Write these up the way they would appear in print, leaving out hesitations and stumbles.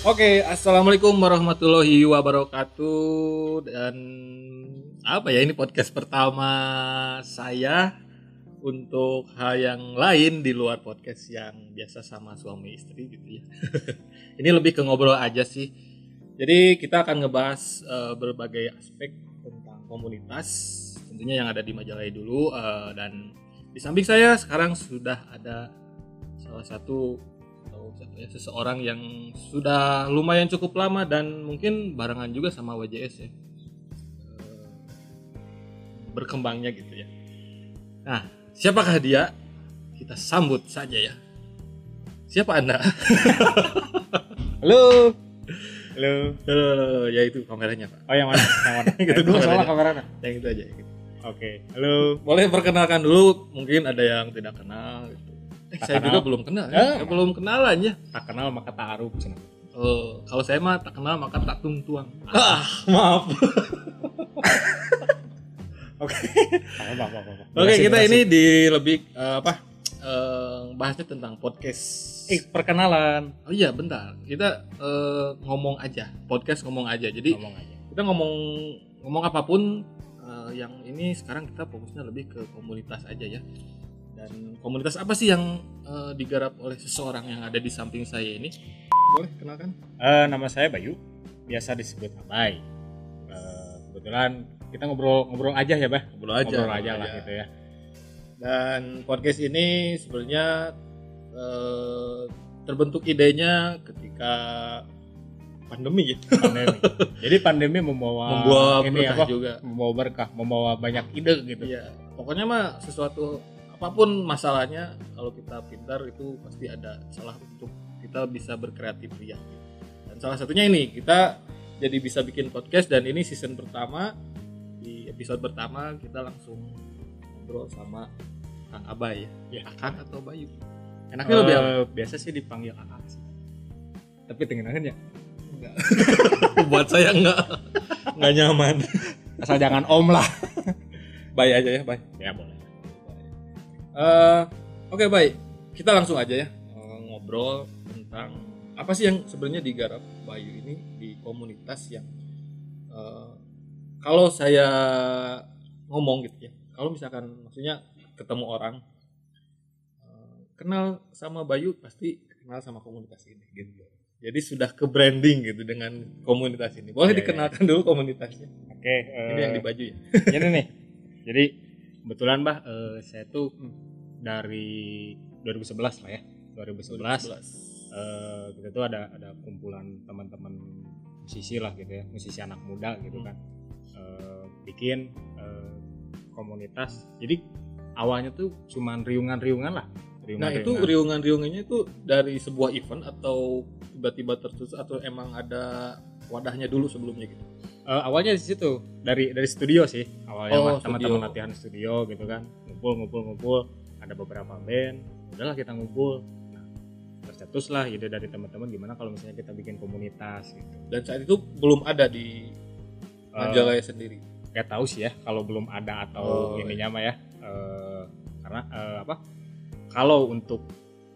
Oke, assalamualaikum warahmatullahi wabarakatuh. Dan ini podcast pertama saya untuk hal yang lain di luar podcast yang biasa sama suami istri gitu ya. Ini lebih ke ngobrol aja sih. Jadi kita akan ngebahas berbagai aspek tentang komunitas, tentunya yang ada di Majalaya dulu. Dan di samping saya sekarang sudah ada salah satu seseorang yang sudah lumayan cukup lama dan mungkin barengan juga sama WJS ya, berkembangnya gitu ya. Nah, siapakah dia? Kita sambut saja ya. Siapa Anda? Halo. Ya itu kameranya Pak. Oh yang mana? Yang mana? Gitu Dua soalnya kameranya. Yang itu aja gitu. Oke. Halo. Boleh perkenalkan dulu, mungkin ada yang tidak kenal gitu. Saya kenal. juga belum kenal ya. Belum kenalan ya. Tak kenal maka tak aruf. Kalau saya mah tak kenal maka tak tungtuang. Maaf. Oke. Oke, kita ini di lebih bahasnya tentang podcast. Perkenalan. Oh iya, bentar. Kita ngomong aja. Podcast ngomong aja. Jadi kita ngomong apapun, yang ini sekarang kita fokusnya lebih ke komunitas aja ya. Dan komunitas apa sih yang digarap oleh seseorang yang ada di samping saya ini? Boleh kenalkan? Nama saya Bayu, biasa disebut Abai. Kebetulan kita ngobrol aja ya, Bah. Ngobrol aja lah gitu ya. Dan podcast ini sebenarnya terbentuk idenya ketika pandemi ya. Jadi pandemi membawa berkah juga. Membawa berkah, membawa banyak ide gitu. Iya. Pokoknya mah sesuatu apapun masalahnya, kalau kita pintar itu pasti ada salah untuk kita bisa berkreatif ya. Dan salah satunya ini kita jadi bisa bikin podcast, dan ini season pertama. Di episode pertama kita langsung ngobrol sama Kang Abai ya. Akang atau Bayu? Enaknya lebih biasa sih dipanggil Akang sih. Tapi tengenangan ya? Enggak. Buat saya enggak nyaman. Asal jangan Om lah. Bay aja ya, Bay. Ya boleh. Oke, baik. Kita langsung aja ya ngobrol tentang apa sih yang sebenarnya digarap Bayu ini di komunitas yang kalau saya ngomong gitu ya. Kalau misalkan maksudnya ketemu orang kenal sama Bayu, pasti kenal sama komunitas ini gitu. Jadi sudah ke branding gitu dengan komunitas ini. Boleh dikenalkan dulu komunitasnya. Oke, ini yang di Baju ya. Ini nih. Jadi kebetulan Bah, saya tuh dari 2011 lah ya. 2011. Kita tuh ada kumpulan teman-teman musisi lah gitu ya, musisi anak muda gitu kan. Bikin komunitas. Jadi awalnya tuh cuman riungan-riungan lah. Itu riungan-riungannya itu dari sebuah event atau tiba-tiba tersusun, atau emang ada wadahnya dulu sebelumnya gitu? Awalnya di situ dari studio sih awalnya, teman-teman latihan studio gitu kan, ngumpul ada beberapa band, udahlah kita ngumpul. Nah, tercetuslah ide dari teman-teman gimana kalau misalnya kita bikin komunitas gitu. Dan saat itu belum ada di Majalaya sendiri. Gak tahu sih ya kalau belum ada atau ininya mah ya, karena kalau untuk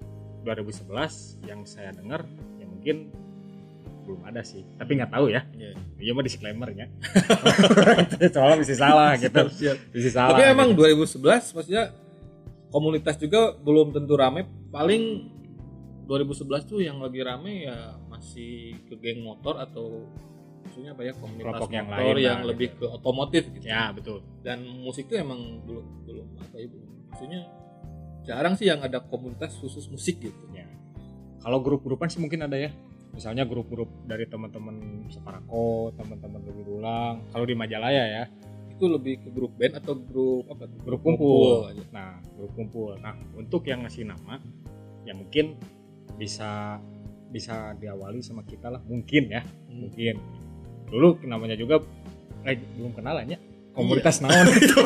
2011 yang saya dengar ya mungkin belum ada sih, tapi nggak tahu ya. Iya mah disclaimernya. Soalnya bisa salah gitu. Bisa salah. Tapi emang gitu. 2011 maksudnya komunitas juga belum tentu rame. Paling 2011 tuh yang lagi rame ya masih ke geng motor atau maksudnya banyak komunitas kelompok yang motor lain yang lebih gitu. Ke otomotif gitu. Ya betul. Dan musik tuh emang belum maksudnya jarang sih yang ada komunitas khusus musik gitu. Ya. Kalau grup-grupan sih mungkin ada ya. Misalnya grup-grup dari teman-teman Separako, teman-teman lebih ulang. Kalau di Majalaya ya, itu lebih ke grup band atau grup apa? Grup kumpul. Nah, grup kumpul. Nah, untuk yang ngasih nama, ya mungkin bisa diawali sama kita lah, mungkin ya, mungkin. Dulu namanya juga belum kenalannya. Komunitas naon itu.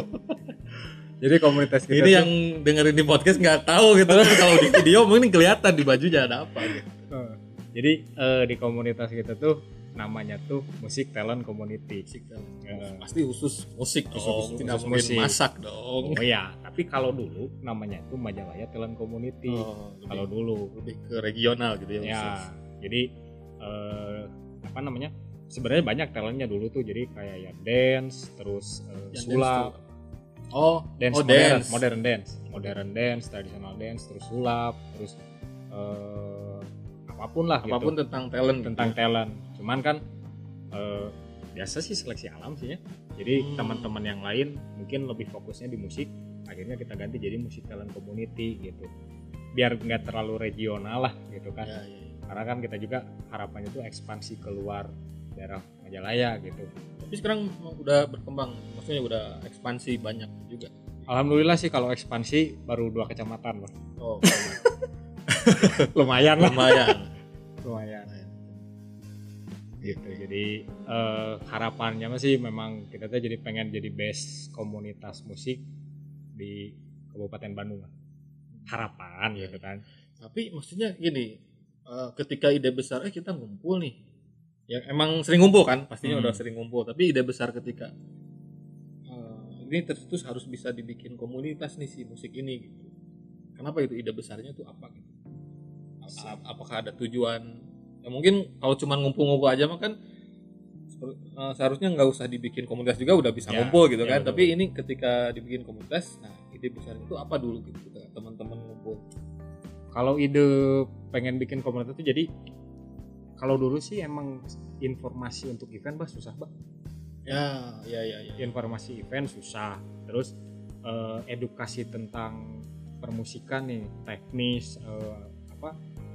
Jadi komunitas kita ini yang dengerin di podcast nggak tahu gitu. Kalau di video mungkin kelihatan di bajunya ada apa gitu. Jadi di komunitas kita tuh namanya tuh Musik Talent Community. Pasti khusus musik dong, tidak mungkin musik. masak dong. Oh iya, tapi kalau dulu namanya tuh Majalaya Talent Community. Kalau dulu lebih ke regional gitu ya. Ya, jadi apa namanya, sebenarnya banyak talentnya dulu tuh, jadi kayak ya dance, terus sulap, modern dance, traditional dance, terus sulap, terus apapun gitu. Tentang talent, talent. Cuman kan biasa sih seleksi alam sih ya. Jadi teman-teman yang lain mungkin lebih fokusnya di musik, akhirnya kita ganti jadi musik talent community gitu. Biar nggak terlalu regional lah gitu kan. Ya. Karena kan kita juga harapannya itu ekspansi keluar daerah Majalaya gitu. Tapi sekarang udah berkembang, maksudnya udah ekspansi banyak juga. Alhamdulillah sih kalau ekspansi baru 2 kecamatan lah. Oh, lumayan lah. Lumayan. Gitu. Jadi harapannya masih memang kita tuh jadi pengen jadi base komunitas musik di Kabupaten Bandung lah. Harapan gitu kan. Tapi maksudnya gini, ketika ide besar kita ngumpul nih, ya emang sering ngumpul kan, pastinya udah sering ngumpul. Tapi ide besar ketika ini terus harus bisa dibikin komunitas nih si musik ini gitu. Kenapa itu ide besarnya tuh apa gitu? Apakah ada tujuan? Ya mungkin kalau cuma ngumpul-ngumpul aja mah kan seharusnya nggak usah dibikin komunitas juga udah bisa ngumpul gitu kan. Betul. Tapi ini ketika dibikin komunitas, nah ide besarnya itu apa dulu gitu teman-teman ngumpul? Kalau ide pengen bikin komunitas itu jadi kalau dulu sih emang informasi untuk event susah Ya. Informasi event susah. Terus edukasi tentang permusikan nih, teknis apa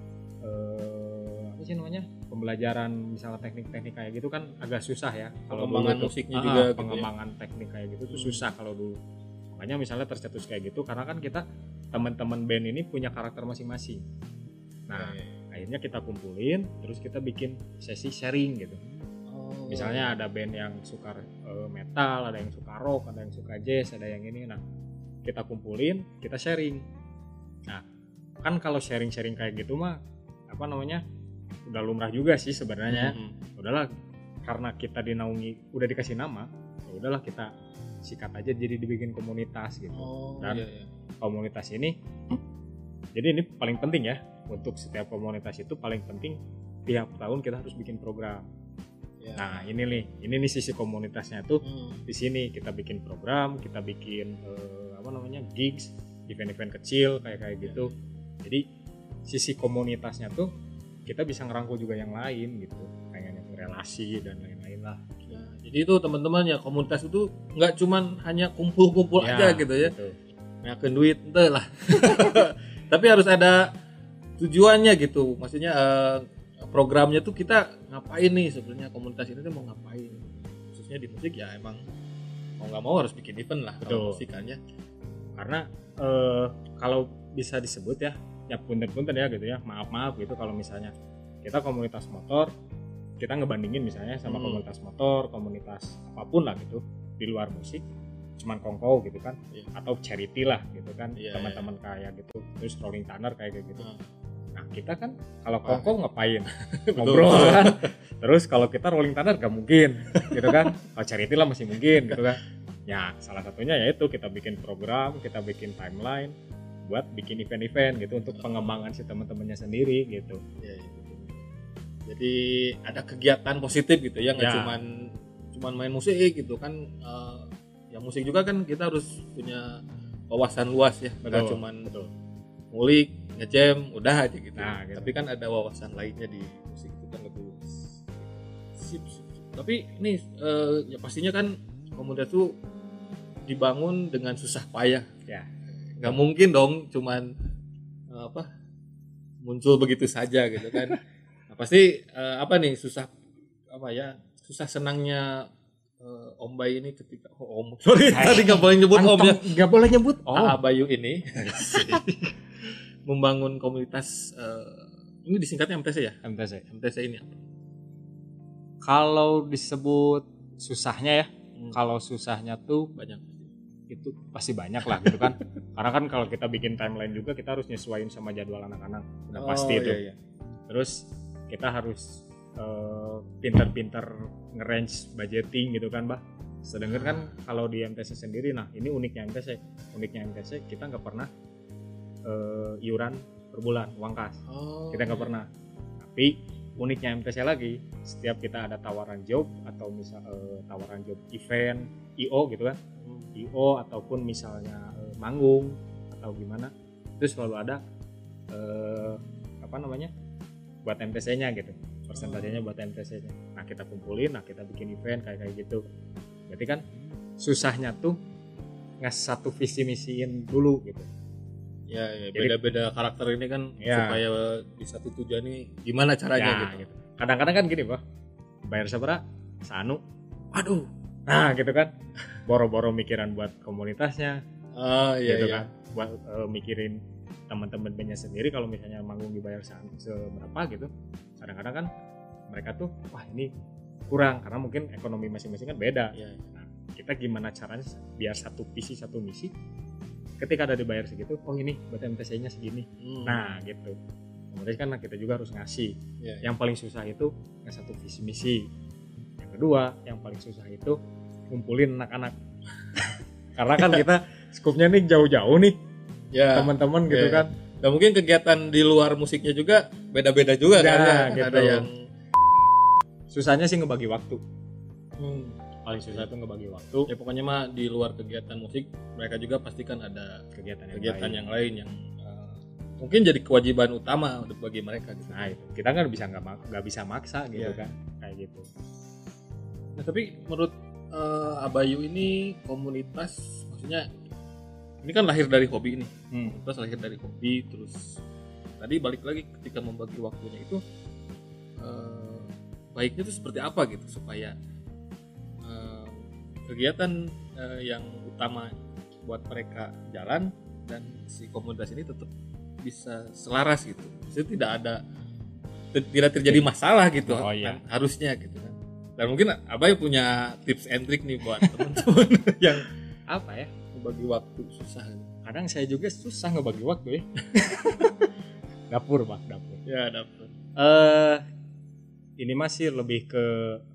sih namanya, pembelajaran misalnya teknik-teknik kayak gitu kan agak susah ya. Kalau pengembangan musiknya juga pengembangan gitu ya. Teknik kayak gitu tuh susah kalau dulu. Makanya misalnya tercetus kayak gitu karena kan kita teman-teman band ini punya karakter masing-masing. Nah, akhirnya kita kumpulin, terus kita bikin sesi sharing gitu. Misalnya ada band yang suka metal, ada yang suka rock, ada yang suka jazz, ada yang ini. Nah, kita kumpulin, kita sharing. Nah, kan kalau sharing-sharing kayak gitu mah apa namanya? Udah lumrah juga sih sebenarnya. Udahlah, karena kita dinaungi, udah dikasih nama, ya udahlah kita sikat aja jadi dibikin komunitas gitu. Dan komunitas ini, jadi ini paling penting ya, untuk setiap komunitas itu paling penting tiap tahun kita harus bikin program. Nah ini nih sisi komunitasnya tuh di sini kita bikin program, kita bikin gigs, event-event kecil kayak gitu. Jadi sisi komunitasnya tuh kita bisa ngerangkul juga yang lain gitu, kayak relasi dan lain-lain lah. Ya, jadi itu teman-teman ya, komunitas itu nggak cuman hanya kumpul-kumpul aja gitu ya, ngakuin duit ente lah. Tapi harus ada tujuannya gitu, maksudnya programnya tuh kita ngapain nih sebenarnya, komunitas ini tuh mau ngapain, khususnya di musik ya emang mau nggak mau harus bikin event lah. Kalau musik kan ya, karena kalau bisa disebut ya punten-punten ya gitu ya, maaf gitu kalau misalnya kita komunitas motor, kita ngebandingin misalnya sama komunitas motor, komunitas apapun lah gitu di luar musik, cuman kongko gitu kan, atau charity lah gitu kan, teman-teman kayak gitu, terus Rolling Thunder kayak gitu. Nah kita kan kalau kongko ngapain? Ngobrol kan. Terus kalau kita Rolling Thunder gak mungkin gitu kan, kalau charity lah masih mungkin gitu kan. Ya salah satunya yaitu kita bikin program, kita bikin timeline buat bikin event-event gitu untuk pengembangan si teman-temannya sendiri gitu. Jadi ada kegiatan positif gitu ya, nggak cuman main musik gitu kan. Ya musik juga kan kita harus punya wawasan luas ya, nggak cuman ngulik, ngejam, udah aja gitu. Nah, gitu. Tapi kan ada wawasan lainnya di musik itu kan lebih luas. Sip. Tapi ini ya pastinya kan komunitas itu dibangun dengan susah payah. Ya. Nggak mungkin dong cuman muncul begitu saja gitu kan. Nah, pasti susah senangnya Om Bayu ini ketika tadi nggak boleh nyebut Om ya, nggak boleh nyebut Om Bayu ini membangun komunitas ini disingkatnya MTC ya? MTC ini apa? Kalau disebut susahnya ya, kalau susahnya tuh banyak, itu pasti banyak lah gitu kan. Karena kan kalau kita bikin timeline juga kita harus nyesuaiin sama jadwal anak-anak, udah pasti itu. Iya. Terus kita harus pintar-pintar nge-range budgeting gitu kan, Bah. Sedangkan kan kalau di MTC sendiri, nah ini uniknya MTC kita nggak pernah iuran per bulan uang kas. Kita nggak pernah. Tapi uniknya MTC lagi, setiap kita ada tawaran job atau misal tawaran job event IO gitu kan, IO ataupun misalnya manggung atau gimana, itu selalu ada apa namanya buat MTC-nya gitu, persentasenya buat MTC-nya. Nah kita kumpulin, nah kita bikin event kayak gitu. Berarti kan susahnya tuh satu visi misiin dulu gitu. Ya, beda-beda karakter ini kan supaya di satu tujuan ini gimana caranya gitu. Kadang-kadang kan gini, Pak. Bayar seberapa? Sanu. Aduh. Nah, gitu kan. Boro-boro mikiran buat komunitasnya. Gitu kan. Buat mikirin teman-teman bandnya sendiri kalau misalnya manggung dibayar seberapa gitu. Kadang-kadang kan mereka tuh wah ini kurang karena mungkin ekonomi masing-masing kan beda. Nah, kita gimana caranya biar satu visi satu misi ketika ada dibayar segitu, oh ini buat MTC-nya segini. Nah gitu. Kemudian kan kita juga harus ngasih. Yang paling susah itu satu visi misi. Yang kedua, yang paling susah itu ngumpulin anak-anak. Karena kan kita skupnya nih jauh-jauh nih. Teman-teman gitu kan. Dan mungkin kegiatan di luar musiknya juga beda-beda juga kan. Gitu. Ada yang susahnya sih ngebagi waktu. Paling susah itu ngebagi waktu. Ya pokoknya mah di luar kegiatan musik mereka juga pasti kan ada kegiatan yang lain yang mungkin jadi kewajiban utama untuk bagi mereka gitu. Nah itu kita kan nggak bisa maksa gitu kan kayak gitu. Nah tapi menurut Abayu ini komunitas maksudnya ini kan lahir dari hobi nih. Terus lahir dari hobi terus tadi balik lagi ketika membagi waktunya itu baiknya itu seperti apa gitu supaya kegiatan yang utama buat mereka jalan dan si komunitas ini tetap bisa selaras gitu. Jadi tidak terjadi masalah gitu. Harusnya gitu kan. Dan mungkin Abai punya tips and trick nih buat teman-teman yang apa ya? Ngebagi waktu susah. Kadang saya juga susah ngebagi waktu ya. Dapur. Ya, dapur. Ini masih lebih ke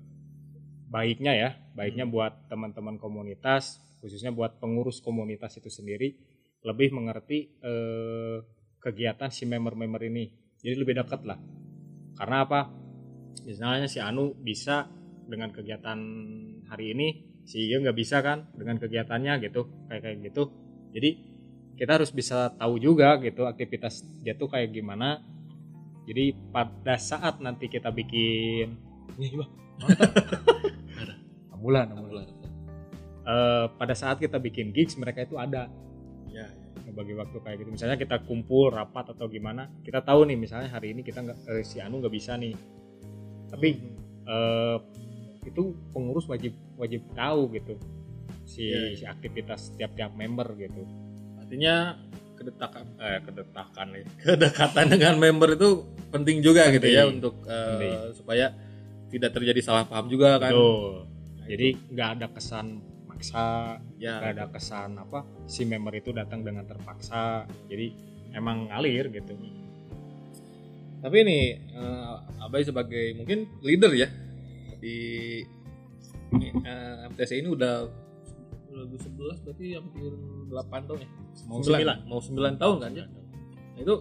baiknya buat teman-teman komunitas, khususnya buat pengurus komunitas itu sendiri lebih mengerti kegiatan si member-member ini, jadi lebih dekat lah. Karena apa? Misalnya si Anu bisa dengan kegiatan hari ini, si Iya nggak bisa kan dengan kegiatannya gitu, kayak gitu. Jadi kita harus bisa tahu juga gitu aktivitas dia tuh kayak gimana. Jadi pada saat nanti kita bikin bulan. Pada saat kita bikin gigs mereka itu ada bagi waktu kayak gitu. Misalnya kita kumpul rapat atau gimana, kita tahu nih misalnya hari ini kita si Anu nggak bisa nih, tapi itu pengurus wajib tahu gitu si aktivitas tiap member gitu. Artinya kedekatan dengan member itu penting juga gitu ya untuk supaya tidak terjadi salah paham juga kan. Jadi nggak ada kesan maksa, nggak ada kesan apa si member itu datang dengan terpaksa. Jadi emang ngalir gitu. Tapi ini Abai sebagai mungkin leader ya di MTC ini udah 2011 berarti hampir 8 tahun ya. Mau 9 tahun kan ya. Nah, itu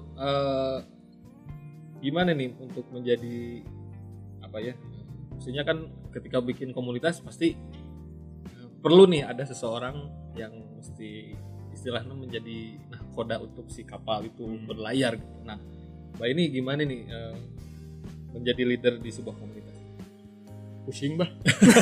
gimana nih untuk menjadi apa ya? Maksudnya kan ketika bikin komunitas pasti perlu nih ada seseorang yang mesti istilahnya menjadi nahkoda untuk si kapal itu berlayar gitu. Nah, Mbak ini gimana nih menjadi leader di sebuah komunitas? Pusing, Bah.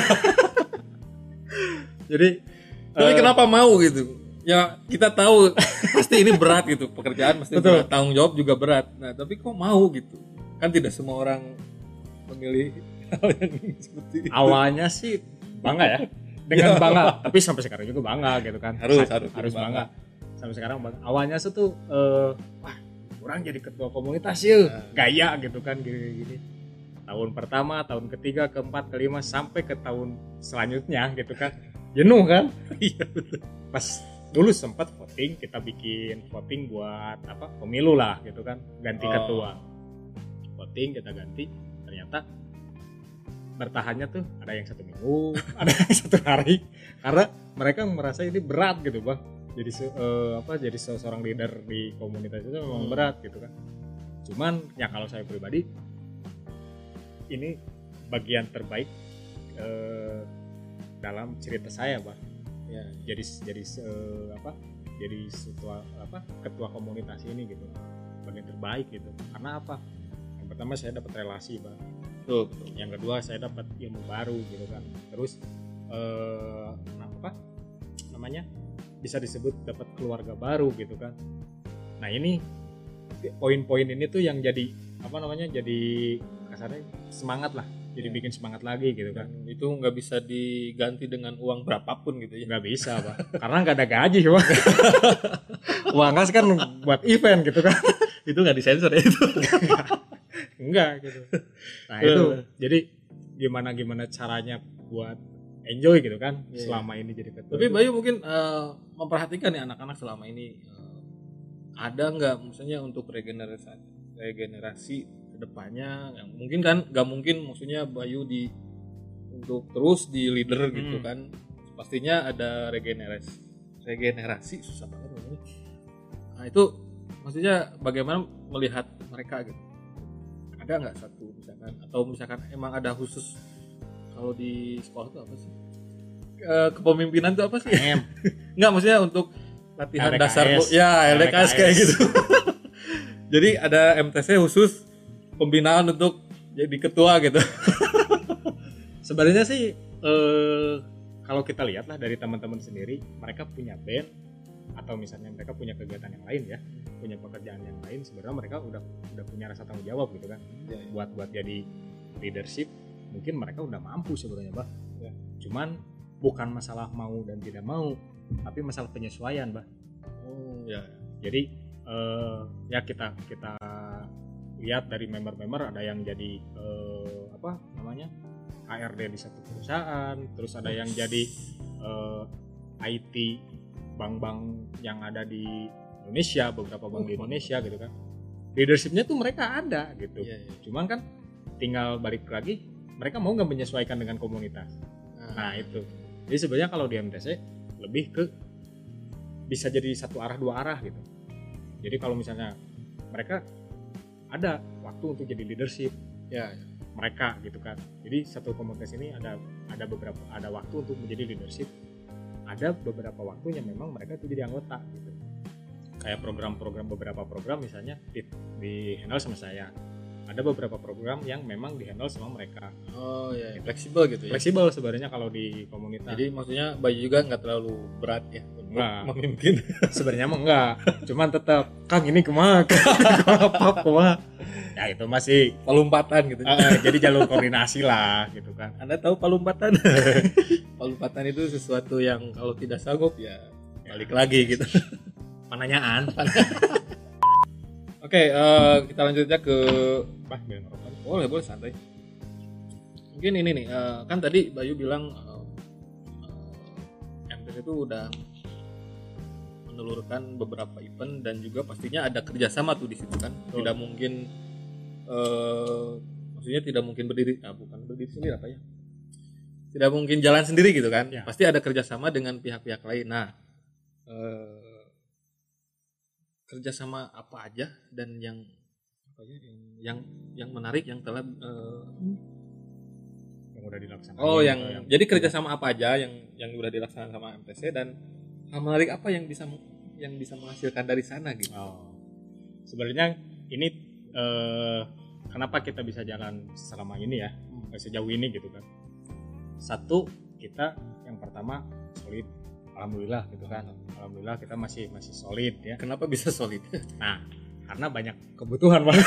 Jadi tapi kenapa mau gitu? Ya kita tahu pasti ini berat gitu, pekerjaan pasti berat, tanggung jawab juga berat. Nah, tapi kok mau gitu? Kan tidak semua orang memilih hal yang seperti itu. Awalnya sih bangga ya, dengan bangga. Tapi sampai sekarang juga bangga gitu kan. Harus bangga. Sampai sekarang bangga. Awalnya tuh wah, orang jadi ketua komunitas ya, gaya gitu kan gini. Tahun pertama, tahun ketiga, keempat, kelima sampai ke tahun selanjutnya gitu kan. Jenuh kan? Iya betul. Pas dulu sempat voting, kita bikin voting buat apa? Pemilu lah gitu kan, ganti ketua. Voting kita ganti, ternyata bertahannya tuh ada yang 1 minggu, ada yang 1 hari, karena mereka merasa ini berat gitu, Bang. Jadi jadi seorang leader di komunitas itu memang berat gitu kan. Cuman ya kalau saya pribadi ini bagian terbaik dalam cerita saya, Pak. Ya, jadi ketua komunitas ini gitu. Bagian terbaik gitu. Karena apa? Yang pertama saya dapat relasi, Pak. Betul. Yang kedua saya dapat ilmu baru gitu kan. Terus bisa disebut dapat keluarga baru gitu kan. Nah, ini poin-poin ini tuh yang jadi jadi kasarnya semangat lah, jadi bikin semangat lagi gitu kan. Itu nggak bisa diganti dengan uang berapapun gitu ya. Nggak bisa, Pak. Karena nggak ada gaji, Pak. Uang kas kan buat event gitu kan. Itu nggak disensor ya itu. Enggak gitu. Nah itu jadi gimana caranya buat enjoy gitu kan selama ini jadi ketua. Tapi Bayu mungkin memperhatikan nih anak-anak selama ini ada nggak maksudnya untuk regenerasi kedepannya yang mungkin kan nggak mungkin maksudnya Bayu untuk terus di leader gitu kan, pastinya ada regenerasi susah banget namanya. Nah itu maksudnya bagaimana melihat mereka gitu, ada nggak satu misalkan emang ada khusus kalau di sekolah itu apa sih kepemimpinan itu apa sih nggak maksudnya untuk latihan LDKS. Dasar LDKS kayak gitu. Jadi ada MTC khusus pembinaan untuk jadi ketua gitu. Sebenarnya sih kalau kita lihat lah dari teman-teman sendiri, mereka punya band atau misalnya mereka punya kegiatan yang lain ya, punya pekerjaan yang lain, sebenarnya mereka udah punya rasa tanggung jawab gitu kan. Buat jadi leadership mungkin mereka udah mampu sebenarnya, Bah. Ya. Cuman bukan masalah mau dan tidak mau, tapi masalah penyesuaian, Bah. Jadi ya kita lihat dari member-member ada yang jadi HRD di satu perusahaan, terus ada yang jadi IT bank-bank yang ada di Indonesia, beberapa bank di Indonesia gitu kan. Leadershipnya tuh mereka ada gitu. Cuman kan tinggal balik lagi mereka mau nggak menyesuaikan dengan komunitas. Nah itu. Jadi sebenarnya kalau di MTC lebih ke bisa jadi satu arah dua arah gitu. Jadi kalau misalnya mereka ada waktu untuk jadi leadership mereka gitu kan. Jadi satu komunitas ini ada waktu untuk menjadi leadership. Ada beberapa waktunya memang mereka itu jadi anggota gitu. Kayak beberapa program misalnya di handle sama saya. Ada beberapa program yang memang di-handle sama mereka. Fleksibel gitu ya. Fleksibel sebenarnya kalau di komunitas. Jadi maksudnya Bayu juga nggak terlalu berat ya untuk memimpin. Sebenarnya mah enggak. Cuman tetap Kang ini kumaha? Ya itu masih palumpatan gitu. Jadi jalur koordinasi lah gitu kan. Anda tahu palumpatan? Palumpatan itu sesuatu yang kalau tidak sanggup ya balik lagi gitu. Penanyaan. Oke, kita lanjut aja ke boleh santai. Mungkin ini nih, kan tadi Bayu bilang MTC itu udah menelurkan beberapa event dan juga pastinya ada kerjasama tuh di situ kan. Tidak mungkin, maksudnya tidak mungkin berdiri sendiri apa ya? Tidak mungkin jalan sendiri gitu kan. Pasti ada kerjasama dengan pihak-pihak lain. Nah, kerjasama apa aja dan yang menarik yang telah yang udah dilaksanakan. Jadi kerjasama apa aja yang udah dilaksanakan sama MTC dan hal menarik apa yang bisa menghasilkan dari sana gitu. Sebenarnya ini kenapa kita bisa jalan selama ini ya, sejauh ini gitu kan. Satu, kita yang pertama solid. Alhamdulillah gitu kan. Alhamdulillah kita masih solid ya. Kenapa bisa solid? Nah, karena banyak kebutuhan, Bang.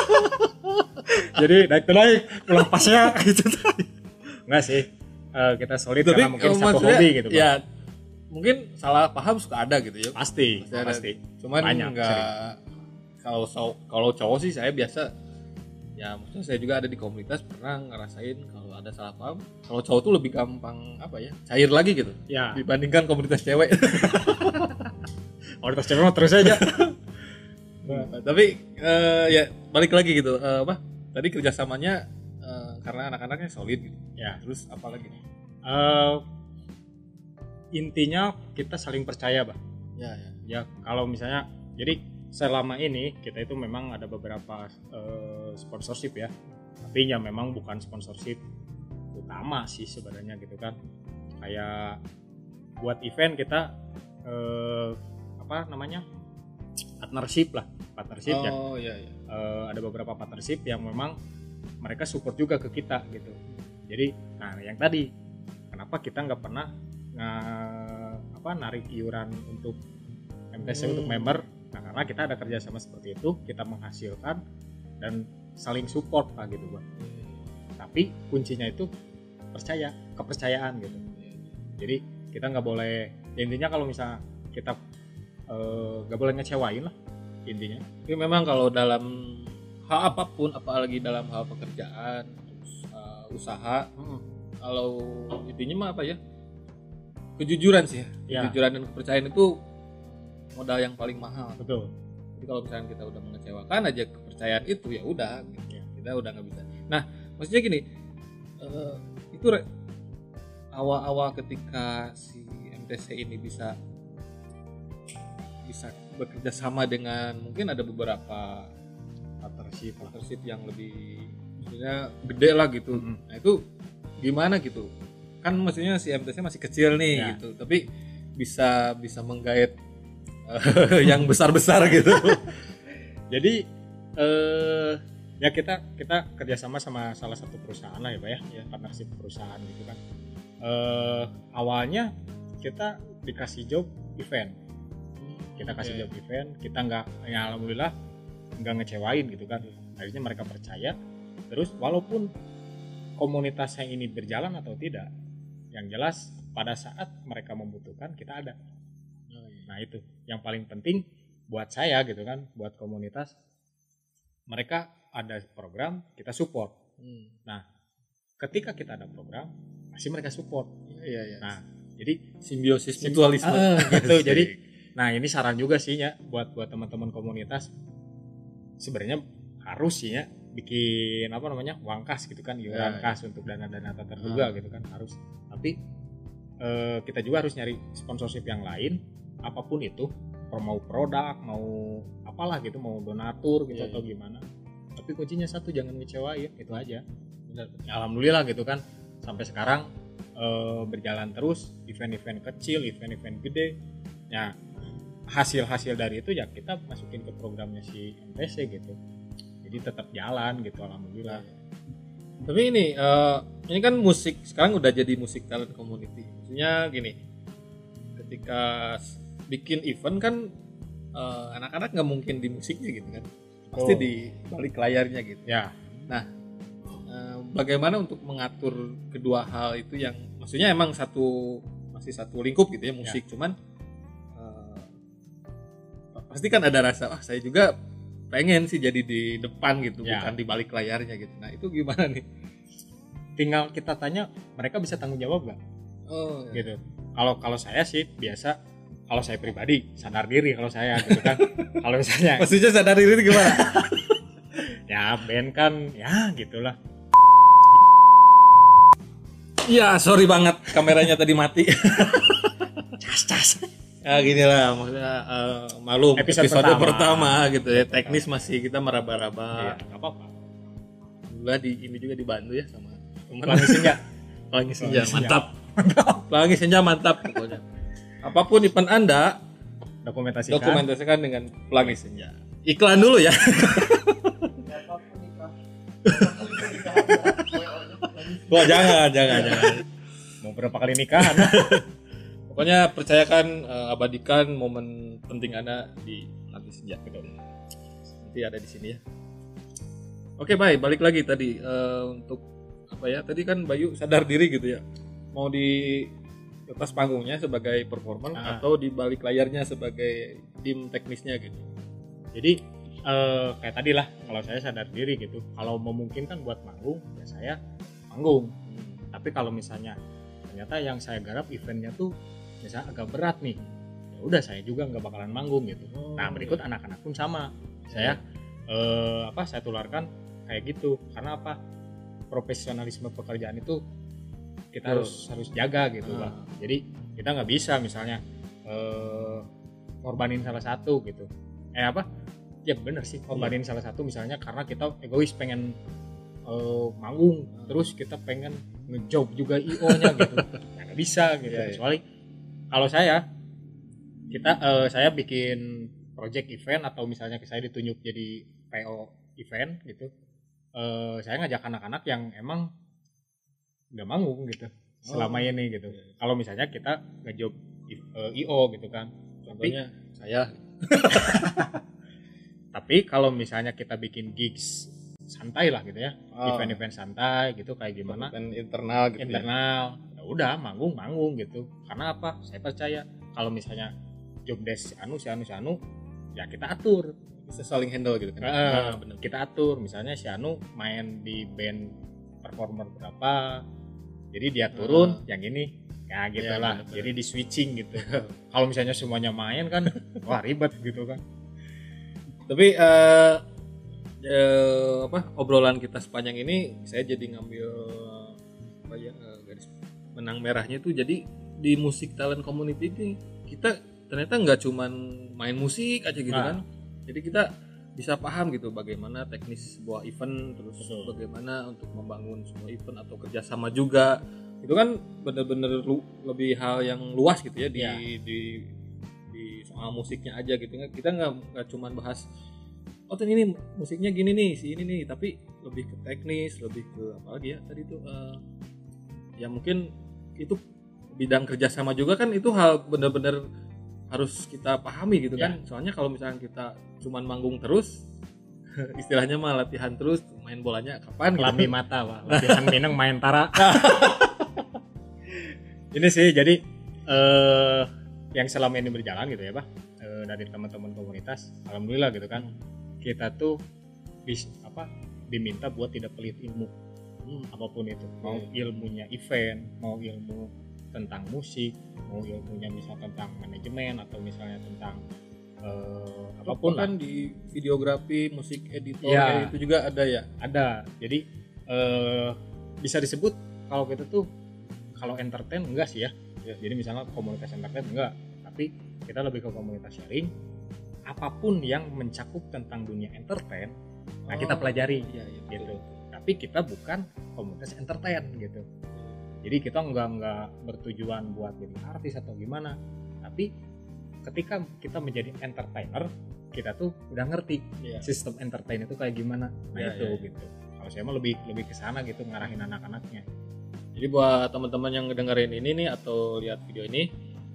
Jadi naik pulang pasnya gitu. Enggak sih. Kita solid karena mungkin satu hobi gitu, Bang. Ya, mungkin salah paham suka ada gitu ya. Pasti. Cuman enggak kalau cowok sih saya biasa ya, maksudnya saya juga ada di komunitas pernah ngerasain kalau ada salah paham, kalau cowok tuh lebih gampang cair lagi gitu ya, dibandingkan komunitas cewek. Komunitas cewek mah terus aja. Tapi ya balik lagi gitu, tadi kerjasamanya karena anak-anaknya solid gitu ya. Terus apa lagi nih? Intinya kita saling percaya, Bah. Ya kalau misalnya jadi selama ini kita itu memang ada beberapa sponsorship ya. tapi ya memang bukan sponsorship utama sih sebenarnya gitu kan. Kayak buat event kita partnership ya. Iya. Ada beberapa partnership yang memang mereka support juga ke kita gitu. Jadi nah yang tadi kenapa kita nggak pernah narik iuran untuk MTC untuk member, nah karena kita ada kerjasama seperti itu, kita menghasilkan dan saling support lah gitu Bang. Tapi kuncinya itu kepercayaan gitu. Jadi kita nggak boleh, ya intinya kalau misalnya kita nggak boleh ngecewain lah intinya. Tapi memang kalau dalam hal apapun, apalagi dalam hal pekerjaan, usaha, kalau intinya mah apa ya? Kejujuran sih ya. Kejujuran dan kepercayaan itu modal yang paling mahal. Betul. Jadi kalau misalnya kita udah mengecewakan aja kepercayaan itu, ya udah gitu. Kita udah nggak bisa. Nah, maksudnya gini, itu awal-awal ketika si MTC ini bisa bekerja sama dengan mungkin ada beberapa partnership yang lebih maksudnya gede lah gitu. Nah itu gimana gitu? Kan maksudnya si MTC masih kecil nih gitu, tapi bisa menggait yang besar-besar gitu. Jadi ya kita kerjasama sama salah satu perusahaan lah ya Pak ya, partnership perusahaan gitu kan. Awalnya kita dikasih job event, kita nggak, ya alhamdulillah nggak ngecewain gitu kan. Akhirnya mereka percaya. Terus walaupun komunitasnya ini berjalan atau tidak, yang jelas pada saat mereka membutuhkan kita ada. Nah itu yang paling penting buat saya gitu kan, buat komunitas. Mereka ada program, kita support. Nah ketika kita ada program, pasti mereka support. Iya. Nah jadi simbiosis mutualisme gitu. Jadi nah ini saran juga sih ya buat teman-teman komunitas, sebenarnya harus sih ya bikin uang kas gitu kan, iuran kas untuk dana-dana tak terduga gitu kan, harus. Tapi kita juga harus nyari sponsorship yang lain, apapun itu, mau produk, mau apalah gitu, mau donatur gitu atau gimana. Tapi kuncinya satu, jangan ngecewain, itu aja. Alhamdulillah gitu kan, sampai sekarang berjalan terus, event-event kecil, event-event gede. Ya hasil dari itu ya kita masukin ke programnya si MTC gitu. Jadi tetap jalan gitu, alhamdulillah. Tapi ini kan musik sekarang udah jadi musik talent community. Maksudnya gini, ketika bikin event kan anak-anak nggak mungkin di musiknya gitu kan, pasti di balik layarnya gitu. Ya. Nah, bagaimana untuk mengatur kedua hal itu yang maksudnya emang masih satu lingkup gitu ya musik, cuman pasti kan ada rasa saya juga pengen sih jadi di depan gitu, bukan di balik layarnya gitu. Nah itu gimana nih? Tinggal kita tanya, mereka bisa tanggung jawab nggak? Gitu. Kalau saya sih biasa, kalau saya pribadi sadar diri kalau saya gitu kan. Kalau misalnya maksudnya sadar diri itu gimana? Ya band kan ya gitulah. Iya sorry banget kameranya tadi mati. Cas. Ya gini lah maksudnya malum episode pertama gitu ya, teknis masih kita meraba-raba. Iya, nggak apa-apa. Alhamdulillah ini juga dibantu ya sama Pelangi Senja. Mantap. Pelangi Senja mantap pokoknya. Apapun event Anda dokumentasikan dengan Pelangi Senja. Iklan dulu ya. Wah jangan. Mau berapa kali nikahan? Pokoknya percayakan, abadikan momen penting Anda di Pelangi Senja. Nanti ada di sini ya. Oke balik lagi tadi untuk apa ya? Tadi kan Bayu sadar diri gitu ya. Mau di atas panggungnya sebagai performer atau di balik layarnya sebagai tim teknisnya gitu. Jadi kayak tadi lah, kalau saya sadar diri gitu. Kalau memungkinkan buat manggung, ya saya manggung. Tapi kalau misalnya ternyata yang saya garap eventnya tuh misalnya agak berat nih, ya udah saya juga nggak bakalan manggung gitu. Nah berikut anak-anak pun sama, saya saya tularkan kayak gitu. Karena apa? Profesionalisme pekerjaan itu kita harus jaga gitu Bang. Jadi kita nggak bisa misalnya korbanin salah satu gitu. Ya bener sih, korbanin salah satu misalnya karena kita egois pengen manggung terus kita pengen ngejob juga IO-nya gitu. Ya nggak bisa gitu. Kecuali kalau saya bikin project event atau misalnya saya ditunjuk jadi PO event gitu. Saya ngajak anak-anak yang emang nggak manggung gitu selama ini gitu. Kalau misalnya kita ngejob IO gitu kan. Contohnya saya. Tapi kalau misalnya kita bikin gigs santai lah gitu ya, event-event santai gitu kayak gimana? Event internal gitu. Internal, ya udah manggung gitu. Karena apa? Saya percaya kalau misalnya job desk si anu, ya kita atur. Bisa saling handle gitu kan. Bener. Kita atur, misalnya si anu main di band performer berapa, jadi dia turun, yang ini, ya gitulah. Ya, jadi di switching gitu. Kalau misalnya semuanya main kan, wah ribet gitu kan. Tapi obrolan kita sepanjang ini saya jadi ngambil garis benang merahnya itu, jadi di musik talent community ini kita ternyata nggak cuman main musik aja gitu kan, jadi kita bisa paham gitu bagaimana teknis sebuah event, terus bagaimana untuk membangun sebuah event atau kerjasama juga, itu kan bener-bener lebih hal yang luas gitu ya di soal musiknya aja gitu. Kita nggak cuman bahas ini musiknya gini nih, si ini nih, tapi lebih ke teknis, lebih ke apa lagi ya tadi tuh ya mungkin itu bidang kerjasama juga kan, itu hal bener-bener harus kita pahami gitu kan. Soalnya kalau misalnya kita cuman manggung terus istilahnya mah latihan terus, main bolanya kapan gitu. Lami mata Pak, latihan minang main tara. Ini sih jadi yang selama ini berjalan gitu ya Pak, dari teman-teman komunitas, alhamdulillah gitu kan, kita tuh diminta buat tidak pelit ilmu, apapun itu, mau ilmunya event, mau ilmu tentang musik, mau ilmunya misalnya tentang manajemen atau misalnya tentang apapun kan di videografi, musik editor kayak itu juga ada ya. Ada. Jadi bisa disebut kalau kita tuh kalau entertain enggak sih ya. Jadi misalnya komunitas entertain enggak, tapi kita lebih ke komunitas sharing. Apapun yang mencakup tentang dunia entertain, nah kita pelajari gitu. Tapi kita bukan komunitas entertain gitu. Jadi kita nggak bertujuan buat jadi artis atau gimana. Tapi ketika kita menjadi entertainer, kita tuh udah ngerti sistem entertain itu kayak gimana. Nah gitu. Kalau saya mah lebih ke sana gitu, ngarahin anak-anaknya. Jadi buat teman-teman yang ngedengerin ini nih atau lihat video ini,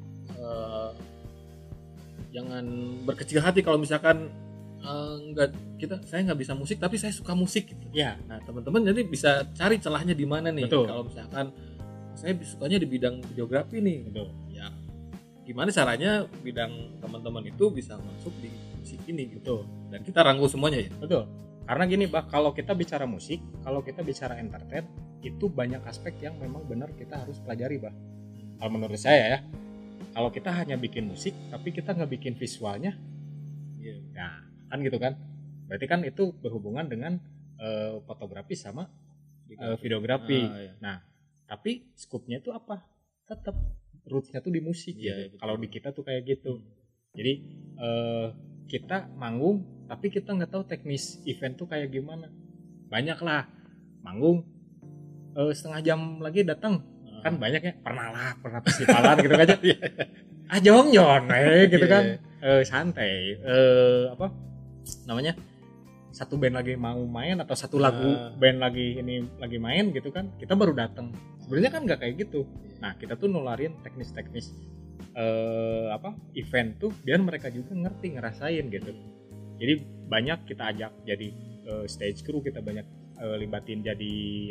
jangan berkecil hati kalau misalkan saya nggak bisa musik tapi saya suka musik gitu. Ya. Nah teman-teman jadi bisa cari celahnya di mana nih. Betul. Kalau misalkan saya sukanya di bidang videografi nih. Betul. Ya gimana caranya bidang teman-teman itu bisa masuk di musik ini gitu. Dan kita rangkul semuanya ya. Betul. Karena gini Bah, kalau kita bicara musik, kalau kita bicara entertain, itu banyak aspek yang memang benar kita harus pelajari Bah. Kalau menurut saya ya, kalau kita hanya bikin musik tapi kita nggak bikin visualnya, ya kan gitu kan. Berarti kan itu berhubungan dengan fotografi sama videografi. Nah, tapi skupnya itu apa? Tetap rootsnya tuh di musik gitu. Kalau di kita tuh kayak gitu. Jadi kita manggung tapi kita nggak tahu teknis event tuh kayak gimana. Banyak lah manggung setengah jam lagi datang. Kan banyak ya, pernah festivalan gitu aja. Jong gitu kan. Santai. Apa namanya? Satu band lagi mau main atau satu lagu band lagi main gitu kan. Kita baru datang. Sebenarnya kan nggak kayak gitu. Nah, kita tuh nularin teknis-teknis event tuh biar mereka juga ngerti, ngerasain gitu. Jadi banyak kita ajak jadi stage crew, kita banyak libatin jadi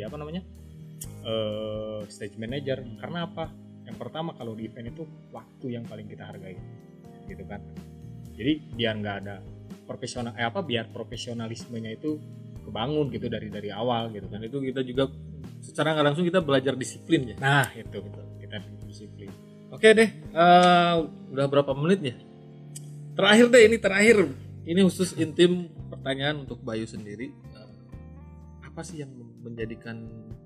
stage manager. Karena apa? Yang pertama kalau di event itu waktu yang paling kita hargai gitu kan. Jadi biar nggak ada biar profesionalismenya itu kebangun gitu dari awal gitu kan. Itu kita juga secara nggak langsung kita belajar disiplin ya. Nah itu kita disiplin. Oke deh, udah berapa menit ya? Terakhir ini khusus intim, pertanyaan untuk Bayu sendiri. Apa sih yang menjadikan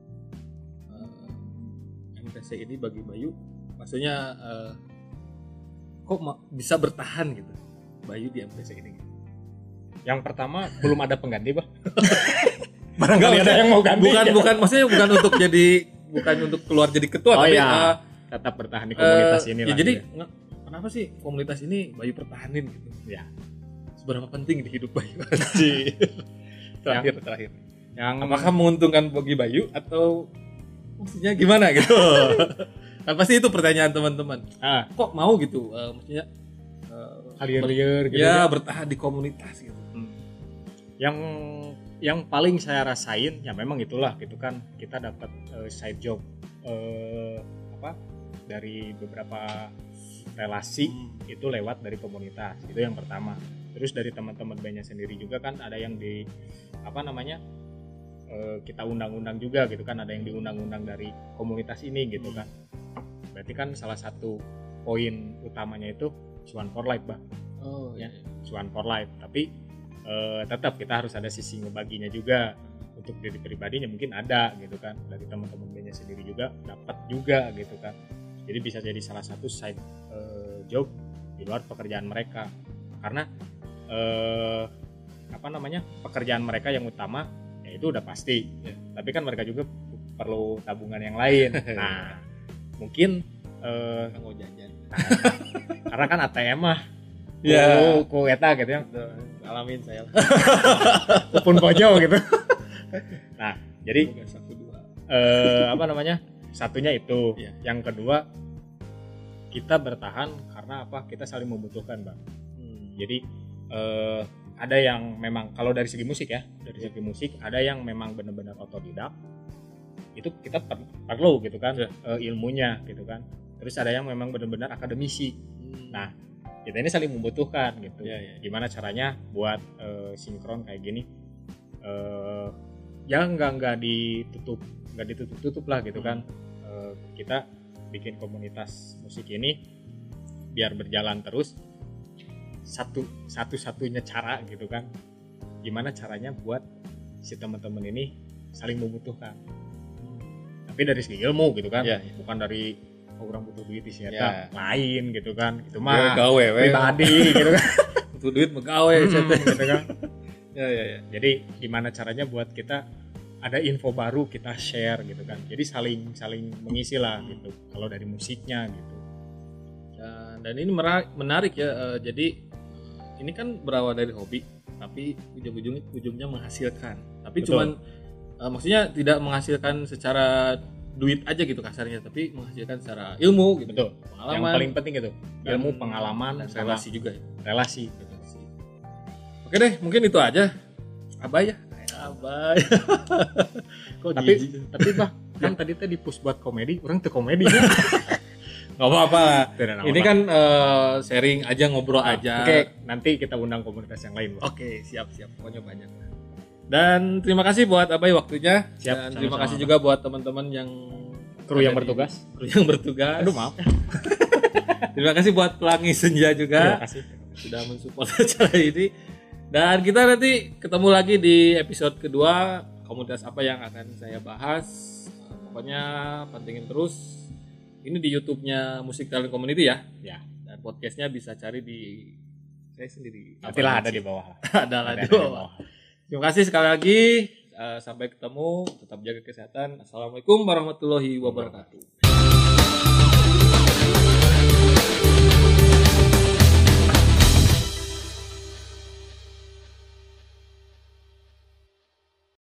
MTC ini bagi Bayu? Maksudnya kok bisa bertahan gitu Bayu di MTC ini? Yang pertama belum ada pengganti Bah. barangkali ada yang mau ganti. Bukan maksudnya bukan untuk keluar jadi ketua, tapi tetap bertahan di komunitas ini ya lah. jadi kenapa sih komunitas ini Bayu pertahanin gitu? Ya. Seberapa penting di hidup Bayu? terakhir. Yang apakah menguntungkan bagi Bayu atau maksudnya gimana gitu? Kan pasti itu pertanyaan teman-teman. Kok mau gitu? Maksudnya liar gitu. Ya, bertahan di komunitas gitu. Yang paling saya rasain ya memang itulah gitu kan, kita dapat side job dari beberapa relasi itu lewat dari komunitas, itu yang pertama. Terus dari teman-teman bandnya sendiri juga kan ada yang di kita undang-undang juga gitu kan, ada yang diundang-undang dari komunitas ini gitu kan. Berarti kan salah satu poin utamanya itu cuan for life, Bang. Cuan for life, tapi tetap kita harus ada sisi ngebaginya juga. Untuk diri pribadinya mungkin ada gitu kan, dari teman-teman bandnya sendiri juga dapat juga gitu kan. Jadi bisa jadi salah satu side job di luar pekerjaan mereka, karena pekerjaan mereka yang utama ya itu udah pasti ya. Tapi kan mereka juga perlu tabungan yang lain. Nah mungkin mau jajan karena kan ATM mah ku eta gitu ya, alamin saya pun pojo gitu. Nah jadi satunya itu yang kedua, kita bertahan karena kita saling membutuhkan, Bang. Jadi ada yang memang kalau dari segi musik ada yang memang benar-benar otodidak, itu kita perlu gitu kan, ilmunya gitu kan. Terus ada yang memang benar-benar akademisi. Nah kita ini saling membutuhkan gitu. Gimana caranya buat sinkron kayak gini, ya nggak ditutup lah gitu kan. Kita bikin komunitas musik ini biar berjalan terus. Satu-satunya cara gitu kan, gimana caranya buat si teman-teman ini saling membutuhkan, tapi dari segi ilmu gitu kan, bukan dari orang butuh duit di sini lain gitu kan, itu mah pribadi gitu kan. Butuh duit megawe gitu kan. Jadi gimana caranya buat kita ada info baru kita share gitu kan, jadi saling mengisi lah gitu kalau dari musiknya gitu. Dan ini menarik ya, jadi ini kan berawal dari hobi, tapi ujungnya menghasilkan. Tapi cuman maksudnya tidak menghasilkan secara duit aja gitu kasarnya, tapi menghasilkan secara ilmu gitu. Betul. Pengalaman. Yang paling penting itu ilmu, pengalaman, dan relasi juga ya. Relasi. Oke deh, mungkin itu aja. Abai. Kok tapi Bah, kan tadi di push buat komedi, orang tuh komedi kan. Gak apa-apa. Ini kan sharing aja, ngobrol aja. Oke, nanti kita undang komunitas yang lain. Oke, siap. Pokoknya banyak. Dan terima kasih buat Abai waktunya. Siap, dan terima kasih juga buat teman-teman yang kru yang bertugas. Aduh, maaf. Terima kasih buat Pelangi Senja juga. Terima kasih. Sudah mensupport acara ini. Dan kita nanti ketemu lagi di episode kedua, komunitas apa yang akan saya bahas. Pokoknya pantengin terus. Ini di YouTube-nya Musik Talent Community ya. Dan podcastnya bisa cari di saya sendiri. Nantilah ada di bawah. Ada di bawah. Terima kasih sekali lagi. Sampai ketemu. Tetap jaga kesehatan. Assalamualaikum warahmatullahi wabarakatuh.